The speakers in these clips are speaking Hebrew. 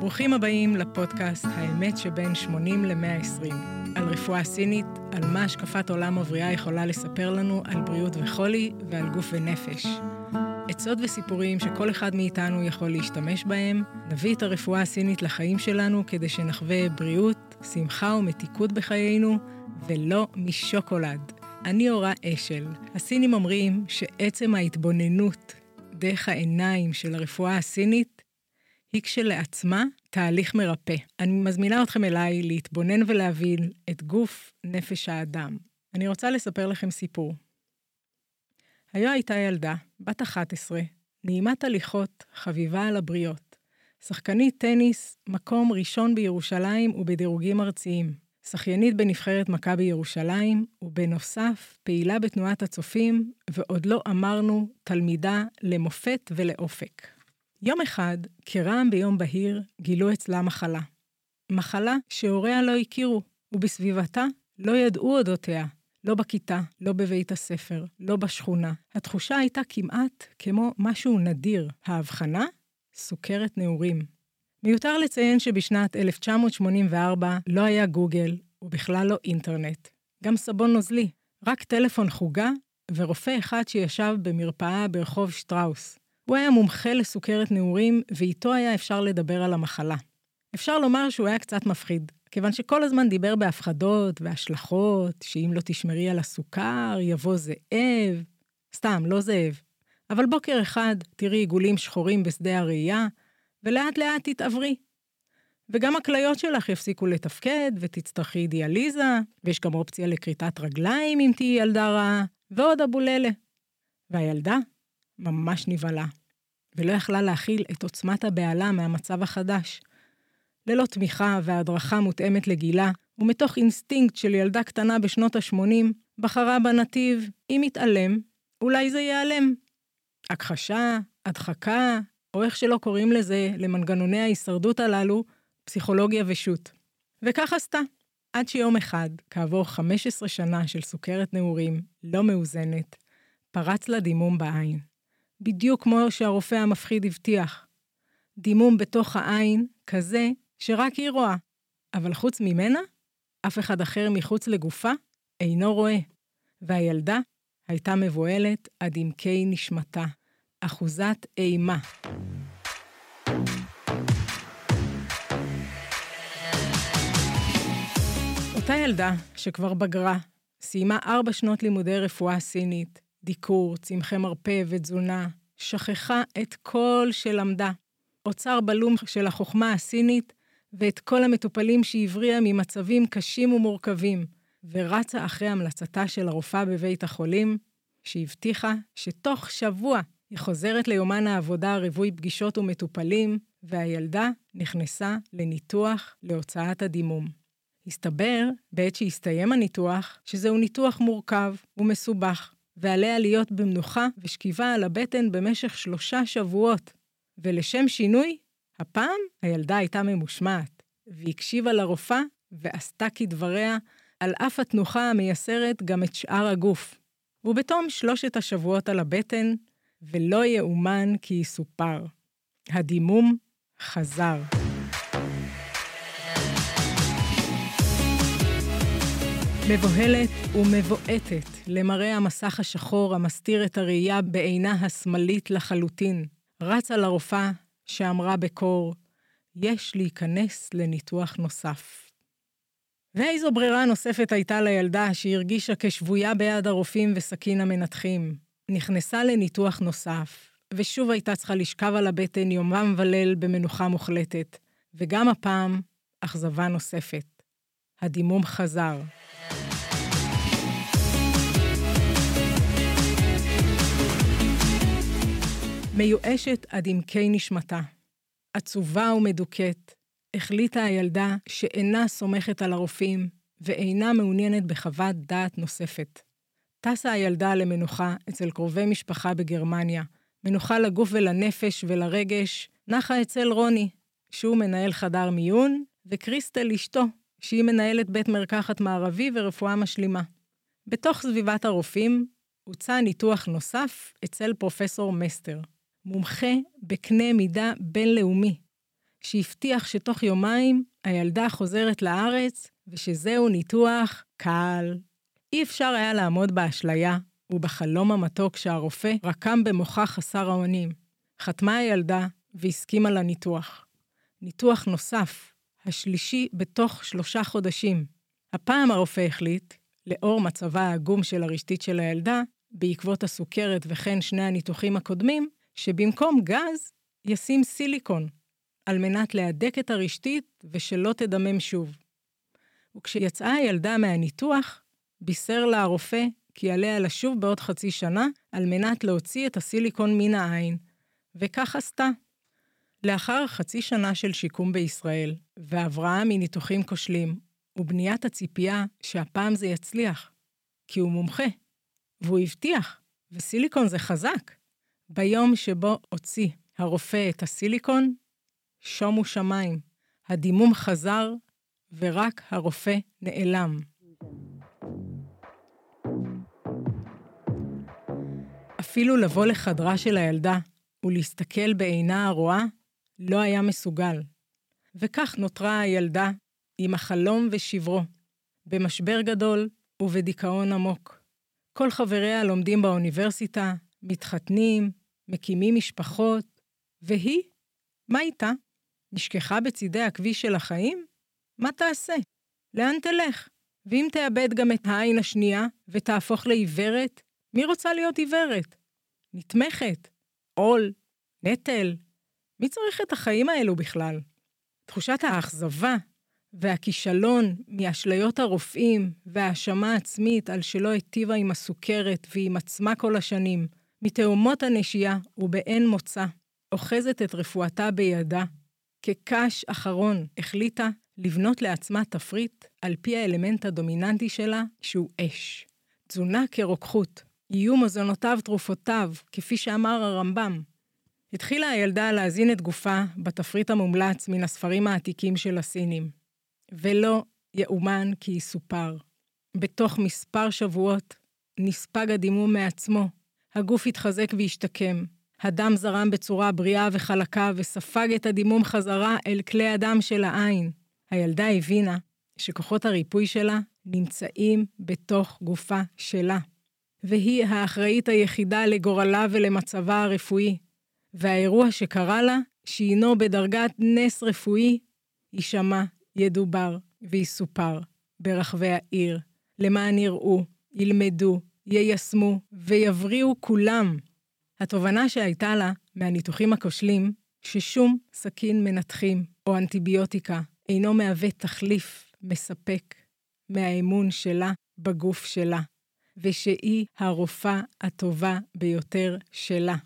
ברוכים הבאים לפודקאסט האמת שבין 80 ל-120, על רפואה סינית, על מה השקפת עולם מבריאה יכולה לספר לנו על בריאות וחולי ועל גוף ונפש. עצות וסיפורים שכל אחד מאיתנו יכול להשתמש בהם, נביא את הרפואה הסינית לחיים שלנו כדי שנחווה בריאות, שמחה ומתיקות בחיינו, ולא משוקולד. אני אורה אשל. הסינים אומרים שעצם ההתבוננות דרך העיניים של הרפואה הסינית היא כשלעצמה תהליך מרפא. אני מזמינה אתכם אליי להתבונן ולהבין את גוף נפש האדם. אני רוצה לספר לכם סיפור. היה הייתה ילדה, בת 11, נעימת הליכות, חביבה על הבריות. שחקנית טניס, מקום ראשון בירושלים ובדירוגים ארציים. שחיינית בנבחרת מכבי ירושלים, ובנוסף פעילה בתנועת הצופים, ועוד לא אמרנו תלמידה למופת ולאופק. יום אחד, כרעם ביום בהיר, גילו אצלה מחלה. מחלה שהוריה לא הכירו, ובסביבתה לא ידעו אודותיה. לא בכיתה, לא בבית הספר, לא בשכונה. התחושה הייתה כמעט כמו משהו נדיר. ההבחנה? סוכרת נעורים. מיותר לציין שבשנת 1984 לא היה גוגל, ובכלל לא אינטרנט. גם סבון נוזלי, רק טלפון חוגה, ורופא אחד שישב במרפאה ברחוב שטראוס. הוא היה מומחה לסוכרת נעורים, ואיתו היה אפשר לדבר על המחלה. אפשר לומר שהוא היה קצת מפחיד, כיוון שכל הזמן דיבר בהפחדות והשלכות, שאם לא תשמרי על הסוכר, יבוא זאב. סתם, לא זאב. אבל בוקר אחד תראי עיגולים שחורים בשדה הראייה, ולאט לאט תתעברי. וגם הכליות שלך יפסיקו לתפקד, ותצטרכי דיאליזה, ויש גם אופציה לקריטת רגליים אם תהי ילדה רעה, ועוד אבוללה. והילדה ממש נבהלה, ולא יכלה להכיל את עוצמת הבעלה מהמצב החדש. ללא תמיכה והדרכה מותאמת לגילה, ומתוך אינסטינקט של ילדה קטנה בשנות ה-80, בחרה בנתיב, אם יתעלם, אולי זה ייעלם. הכחשה, הדחקה, או איך שלא קוראים לזה, למנגנוני ההישרדות הללו, פסיכולוגיה ושות. וכך עשתה. עד שיום אחד, כעבור 15 שנה של סוכרת נעורים, לא מאוזנת, פרץ לה דימום בעין. בדיוק כמו שהרופא המפחיד הבטיח. דימום בתוך העין, כזה שרק היא רואה. אבל חוץ ממנה, אף אחד אחר מחוץ לגופה אינו רואה. והילדה הייתה מבועלת עד עמקי נשמתה. אחוזת אימה. אותה ילדה שכבר בגרה, סיימה 4 שנות לימודי רפואה סינית, דיקור, צמחי מרפא ותזונה, שכחה את כל שלמדה. אוצר בלום של החוכמה הסינית, ואת כל המטופלים שהבריאה ממצבים קשים ומורכבים, ורצה אחרי המלצתה של הרופאה בבית החולים, שהבטיחה שתוך שבוע היא חוזרת ליומן העבודה רווי פגישות ומטופלים, והילדה נכנסה לניתוח להוצאת הדימום. הסתבר, בעת שהסתיים הניתוח, שזהו ניתוח מורכב ומסובך, ועליה להיות במנוחה ושכיבה על הבטן במשך 3 שבועות. ולשם שינוי, הפעם הילדה הייתה ממושמעת, והקשיבה לרופאה ועשתה כדבריה, על אף התנוחה המייסרת גם את שאר הגוף. ובתום 3 השבועות על הבטן, ולא יאומן כי יסופר. הדימום חזר. מבוהלת ומבועטת למראה המסך השחור המסתיר את הראייה בעינה השמאלית לחלוטין. רצה לרופאה שאמרה בקור, יש להיכנס לניתוח נוסף. ואיזו ברירה נוספת הייתה לילדה שהרגישה כשבויה ביד הרופאים וסכין המנתחים. נכנסה לניתוח נוסף, ושוב הייתה צריכה לשכב על הבטן יומם וליל במנוחה מוחלטת, וגם הפעם אכזבה נוספת. הדימום חזר. מיואשת עד עמקי נשמתה. עצובה ומדוכאת, החליטה הילדה שאינה סומכת על הרופאים, ואינה מעוניינת בחוות דעת נוספת. טסה הילדה למנוחה אצל קרובי משפחה בגרמניה, מנוחה לגוף ולנפש ולרגש, נחה אצל רוני, שהוא מנהל חדר מיון, וקריסטל אשתו, שהיא מנהלת בית מרקחת מערבי ורפואה משלימה. בתוך סביבת הרופאים, הוצא ניתוח נוסף אצל פרופסור מסטר, מומחה בקנה מידה בינלאומי, שהבטיח שתוך יומיים הילדה חוזרת לארץ, ושזהו ניתוח קל. אי אפשר היה לעמוד באשליה ובחלום המתוק שהרופא רקם במוחה חסר האונים. חתמה הילדה והסכימה לניתוח. ניתוח נוסף, השלישי בתוך 3 חודשים. הפעם הרופא החליט, לאור מצבה העגום של הרשתית של הילדה, בעקבות הסוכרת וכן 2 הניתוחים הקודמים, שבמקום גז ישים סיליקון, על מנת להדק את הרשתית ושלא תדמם שוב. וכשיצאה הילדה מהניתוח, בישר לה הרופא כי עליה לשוב בעוד חצי שנה, על מנת להוציא את הסיליקון מן העין, וכך עשתה. לאחר חצי שנה של שיקום בישראל, והבראה מניתוחים כושלים, ובניית הציפייה שהפעם זה יצליח, כי הוא מומחה, והוא הבטיח, וסיליקון זה חזק. ביום שבו הוציא הרופא את הסיליקון, שומו שמיים, הדימום חזר, ורק הרופא נעלם. אפילו לבוא לחדרה של הילדה ולהסתכל בעינה הרואה, לא היה מסוגל. וכך נותרה הילדה עם החלום ושברו, במשבר גדול ובדיכאון עמוק. כל חבריה לומדים באוניברסיטה, מתחתנים, מקימים משפחות, והיא, מה איתה? נשכחה בצידי הכביש של החיים? מה תעשה? לאן תלך? ואם תאבד גם את העין השנייה ותהפוך לעיוורת, מי רוצה להיות עיוורת? נתמכת, עול, נטל. מי צריך את החיים האלו בכלל? תחושת האכזבה והכישלון מאשליות הרופאים והאשמה עצמית על שלא היטיבה עם הסוכרת ועם עצמה כל השנים, מתאומות הנשייה ובאין מוצא, אוחזת את רפואתה בידה. כקש אחרון החליטה לבנות לעצמה תפריט על פי האלמנט הדומיננטי שלה, שהוא אש. תזונה כרוקחות, יהיו מזונותיו תרופותיו, כפי שאמר הרמב"ם. התחילה הילדה להזין את גופה בתפריט המומלץ מן הספרים העתיקים של הסינים. ולא יאומן כי יסופר. בתוך מספר שבועות נספג הדימום מעצמו, הגוף התחזק והשתקם, הדם זרם בצורה בריאה וחלקה וספג את הדימום חזרה אל כלי הדם של העין. הילדה הבינה שכוחות הריפוי שלה נמצאים בתוך גופה שלה, והיא האחראית היחידה לגורלה ולמצבה הרפואי, והאירוע שקרה לה, שהינו בדרגת נס רפואי, יישמע, ידובר ויסופר ברחבי העיר, למען יראו, ילמדו, יישמו ויבריאו כולם. התובנה שהייתה לה מהניתוחים הכושלים, ששום סכין מנתחים או אנטיביוטיקה אינו מהווה תחליף מספק מהאמון שלה בגוף שלה, ושהיא הרופאה הטובה ביותר שלה.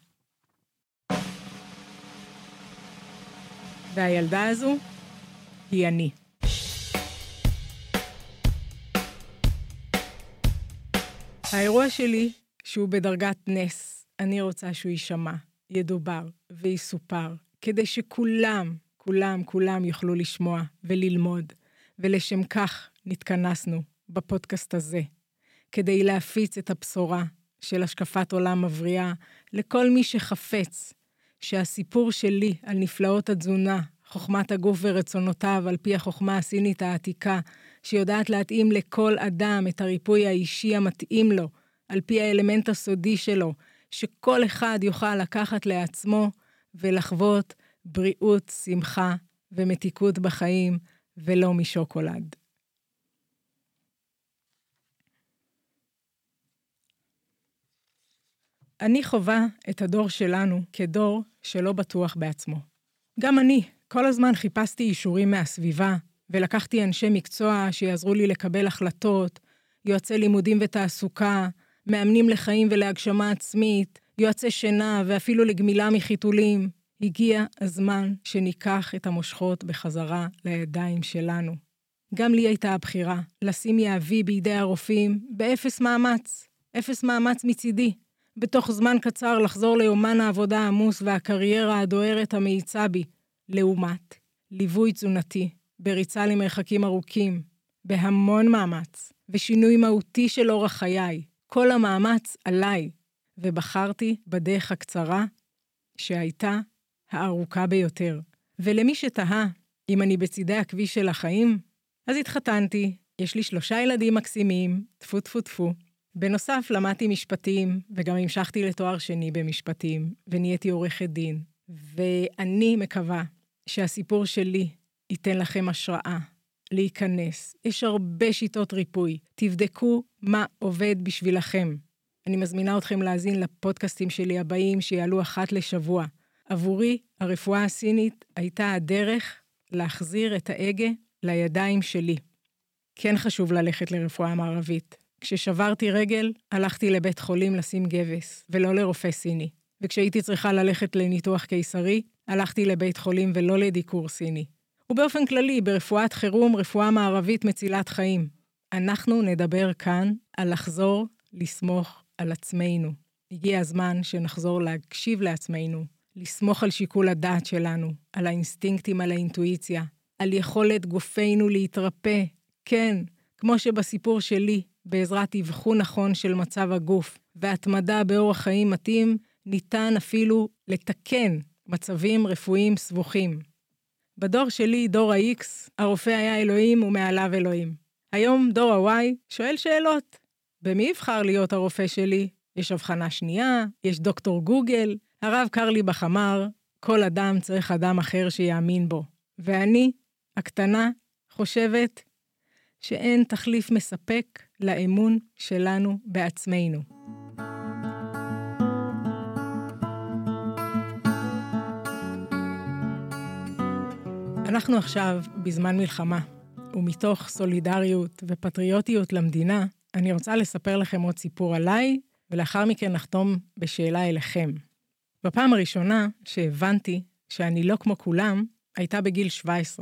והילדה הזו היא אני. האירוע שלי, שהוא בדרגת נס, אני רוצה שהוא יישמע, ידובר ויסופר, כדי שכולם, כולם יוכלו לשמוע וללמוד, ולשם כך נתכנסנו בפודקאסט הזה, כדי להפיץ את הבשורה של השקפת עולם מבריאה לכל מי שחפץ, שהסיפור שלי על נפלאות התזונה, חוכמת הגוף ורצונותיו על פי החוכמה הסינית העתיקה, שיודעת להתאים לכל אדם את הריפוי האישי המתאים לו, על פי האלמנט הסודי שלו, שכל אחד יוכל לקחת לעצמו ולחוות בריאות, שמחה ומתיקות בחיים, ולא משוקולד. אני חווה את הדור שלנו כדור שלא בטוח בעצמו. גם אני כל הזמן חיפשתי אישורים מהסביבה, ולקחתי אנשי מקצוע שיעזרו לי לקבל החלטות, יועצי לימודים ותעסוקה, מאמנים לחיים ולהגשמה עצמית, יועצי שינה ואפילו לגמילה מחיתולים. הגיע הזמן שניקח את המושכות בחזרה לידיים שלנו. גם לי הייתה הבחירה לשים יהבי בידי הרופאים באפס מאמץ, אפס מאמץ מצידי. בתוך זמן קצר לחזור ליומן העבודה העמוס והקריירה הדוהרת המאיצה בי, לעומת ליווי תזונתי, בריצה למרחקים ארוכים, בהמון מאמץ, ושינוי מהותי של אורח חיי, כל המאמץ עליי, ובחרתי בדרך הקצרה שהייתה הארוכה ביותר, ולמי שתהה אם אני בצידי הכביש של החיים, אז התחתנתי, יש לי 3 ילדים מקסימים, טפו טפו טפו. בנוסף למדתי משפטים, וגם המשכתי לתואר שני במשפטים, ונהייתי עורכת דין. ואני מקווה שהסיפור שלי ייתן לכם השראה להיכנס. יש הרבה שיטות ריפוי. תבדקו מה עובד בשבילכם. אני מזמינה אתכם להאזין לפודקאסטים שלי הבאים שיעלו 1 לשבוע. עבורי, הרפואה הסינית הייתה הדרך להחזיר את ההגה לידיים שלי. כן חשוב ללכת לרפואה מערבית. כששברתי רגל, הלכתי לבית חולים לשים גבס, ולא לרופא סיני. וכשהייתי צריכה ללכת לניתוח קיסרי, הלכתי לבית חולים ולא לדיקור סיני. ובאופן כללי, ברפואת חירום, רפואה מערבית מצילת חיים. אנחנו נדבר כאן על לחזור לסמוך על עצמנו. הגיע הזמן שנחזור להקשיב לעצמנו, לסמוך על שיקול הדעת שלנו, על האינסטינקטים, על האינטואיציה, על יכולת גופנו להתרפא. כן, כמו שבסיפור שלי, בעזרת אבחון נכון של מצב הגוף והתמדה באורח חיים מתאים, ניתן אפילו לתקן מצבים רפואיים סבוכים. בדור שלי, דור ה-X, הרופא היה אלוהים ומעליו אלוהים. היום דור ה-Y שואל שאלות. במי יבחר להיות הרופא שלי? יש הבחנה שנייה, יש דוקטור גוגל. הרב קרליבך אמר, כל אדם צריך אדם אחר שיאמין בו. ואני, הקטנה, חושבת שאין תחליף מספק לאמון שלנו בעצמנו. אנחנו עכשיו בזמן מלחמה, ומתוך סולידריות ופטריוטיות למדינה, אני רוצה לספר לכם עוד סיפור עליי, ולאחר מכן נחתום בשאלה אליכם. בפעם הראשונה שהבנתי שאני לא כמו כולם, הייתה בגיל 17.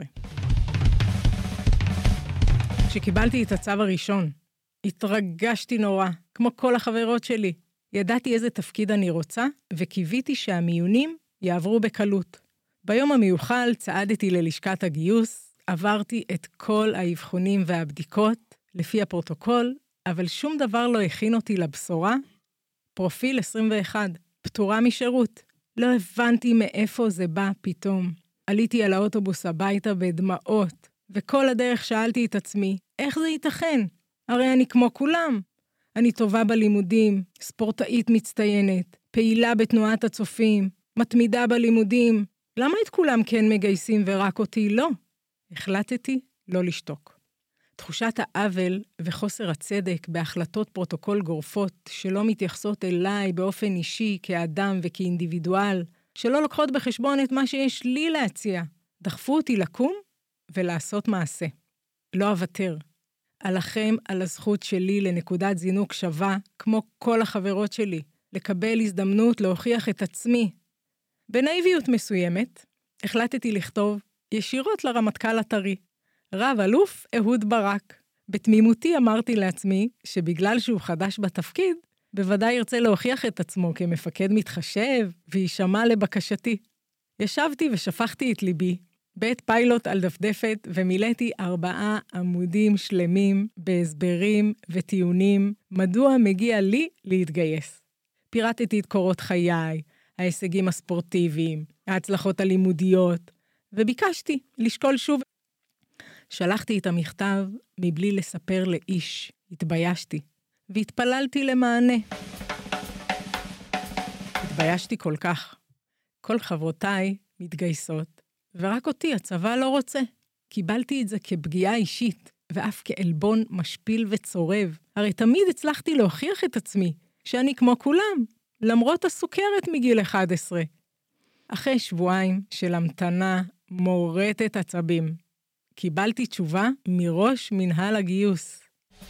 כשקיבלתי את הצו הראשון, התרגשתי נורא, כמו כל החברות שלי. ידעתי איזה תפקיד אני רוצה, וקיוויתי שהמיונים יעברו בקלות. ביום המיוחל צעדתי ללשכת הגיוס, עברתי את כל האבחונים והבדיקות לפי הפרוטוקול, אבל שום דבר לא הכין אותי לבשורה. פרופיל 21, פטורה משירות. לא הבנתי מאיפה זה בא פתאום. עליתי על האוטובוס הביתה בדמעות, וכל הדרך שאלתי את עצמי, איך זה ייתכן? הרי אני כמו כולם. אני טובה בלימודים, ספורטאית מצטיינת, פעילה בתנועת הצופים, מתמידה בלימודים. למה את כולם כן מגייסים ורק אותי לא? החלטתי לא לשתוק. תחושת העוול וחוסר הצדק בהחלטות פרוטוקול גורפות שלא מתייחסות אליי באופן אישי כאדם וכאינדיבידואל, שלא לוקחות בחשבון את מה שיש לי להציע, דחפו אותי לקום ולעשות מעשה. לא אוותר. אלחם על הזכות שלי לנקודת זינוק שווה, כמו כל החברות שלי, לקבל הזדמנות להוכיח את עצמי. בנאיביות מסוימת, החלטתי לכתוב ישירות לרמטכ"ל הטרי, רב אלוף אהוד ברק. בתמימותי אמרתי לעצמי שבגלל שהוא חדש בתפקיד, בוודאי ירצה להוכיח את עצמו כמפקד מתחשב וישמע לבקשתי. ישבתי ושפכתי את ליבי, בית פיילוט על דפדפת ומילאתי 4 עמודים שלמים בהסברים וטיעונים מדוע מגיע לי להתגייס. פירטתי את קורות חיי, ההישגים הספורטיביים, ההצלחות הלימודיות, וביקשתי לשקול שוב. שלחתי את המכתב מבלי לספר לאיש, התביישתי, והתפללתי למענה. התביישתי כל כך. כל חברותיי מתגייסות, ורק אותי הצבא לא רוצה. קיבלתי את זה כפגיעה אישית, ואף כעלבון משפיל וצורב. הרי תמיד הצלחתי להוכיח את עצמי, שאני כמו כולם, למרות הסוכרת מגיל 11. אחרי שבועיים של המתנה מורטת עצבים, קיבלתי תשובה מראש מנהל הגיוס.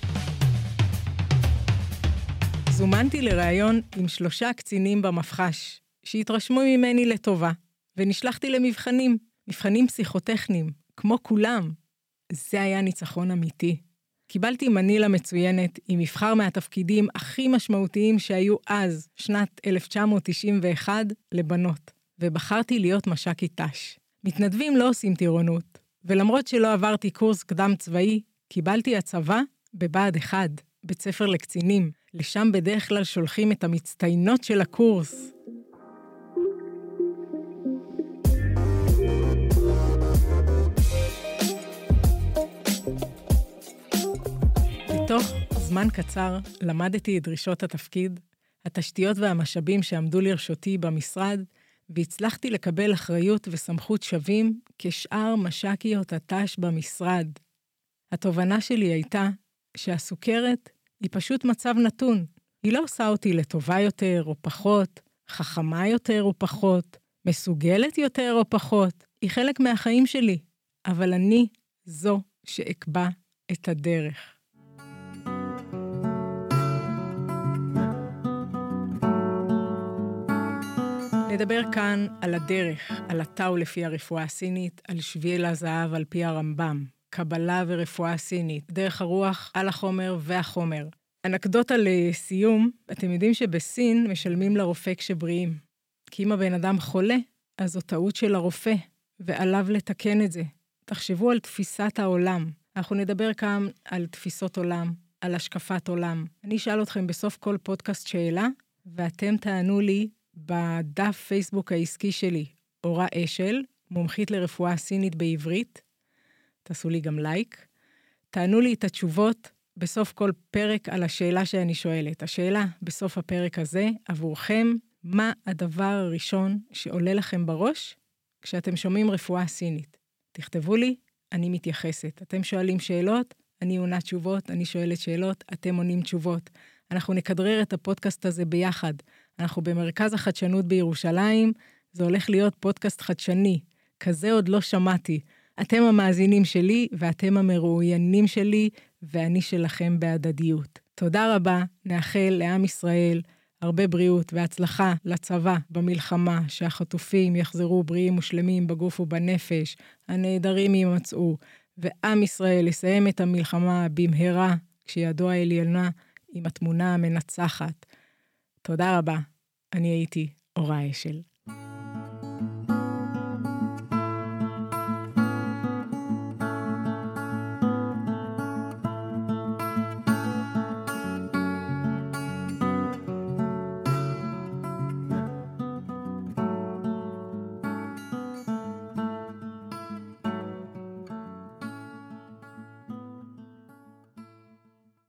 זומנתי לראיון עם 3 קצינים במפחש, שהתרשמו ממני לטובה, ונשלחתי למבחנים, מבחנים פסיכוטכניים, כמו כולם. זה היה ניצחון אמיתי. קיבלתי מנילה מצוינת עם מבחר מהתפקידים הכי משמעותיים שהיו אז, שנת 1991, לבנות, ובחרתי להיות מש"קית ת"ש. מתנדבים לא עושים טירונות, ולמרות שלא עברתי קורס קדם צבאי, קיבלתי הצבא בבה"ד 1, בית ספר לקצינים. לשם בדרך כלל שולחים את המצטיינות של הקורס. זמן קצר למדתי את דרישות התפקיד, התשתיות והמשאבים שעמדו לרשותי במשרד, והצלחתי לקבל אחריות וסמכות שווים כשאר מש"קיות הת"ש במשרד. התובנה שלי הייתה שהסוכרת היא פשוט מצב נתון. היא לא עושה אותי לטובה יותר או פחות, חכמה יותר או פחות, מסוגלת יותר או פחות. היא חלק מהחיים שלי, אבל אני זו שאקבע את הדרך. נדבר כאן על הדרך, על הטאו לפי הרפואה הסינית, על שביל הזהב על פי הרמב"ם, קבלה ורפואה סינית, דרך הרוח על החומר והחומר. אנקדוטה לסיום, אתם יודעים שבסין משלמים לרופא כשבריאים. כי אם הבן אדם חולה, אז זו טעות של הרופא, ועליו לתקן את זה. תחשבו על תפיסת העולם. אנחנו נדבר כאן על תפיסות עולם, על השקפת עולם. אני אשאל אתכם בסוף כל פודקאסט שאלה, ואתם תענו לי בדף פייסבוק העסקי שלי, אורה אשל, מומחית לרפואה סינית בעברית. תעשו לי גם לייק. תענו לי את התשובות בסוף כל פרק על השאלה שאני שואלת. השאלה בסוף הפרק הזה עבורכם, מה הדבר הראשון שעולה לכם בראש כשאתם שומעים רפואה סינית? תכתבו לי, אני מתייחסת. אתם שואלים שאלות, אני עונה תשובות, אני שואלת שאלות, אתם עונים תשובות. אנחנו נכדרר את הפודקאסט הזה ביחד. אנחנו במרכז החדשנות בירושלים, זה הולך להיות פודקאסט חדשני. כזה עוד לא שמעתי. אתם המאזינים שלי ואתם המרואיינים שלי, ואני שלכם בהדדיות. תודה רבה, נאחל לעם ישראל הרבה בריאות והצלחה לצבא במלחמה, שהחטופים יחזרו בריאים ושלמים בגוף ובנפש, הנעדרים יימצאו, ועם ישראל יסיים את המלחמה במהרה, כשידו העליונה עם התמונה המנצחת. תודה רבה, אני הייתי אורה אשל.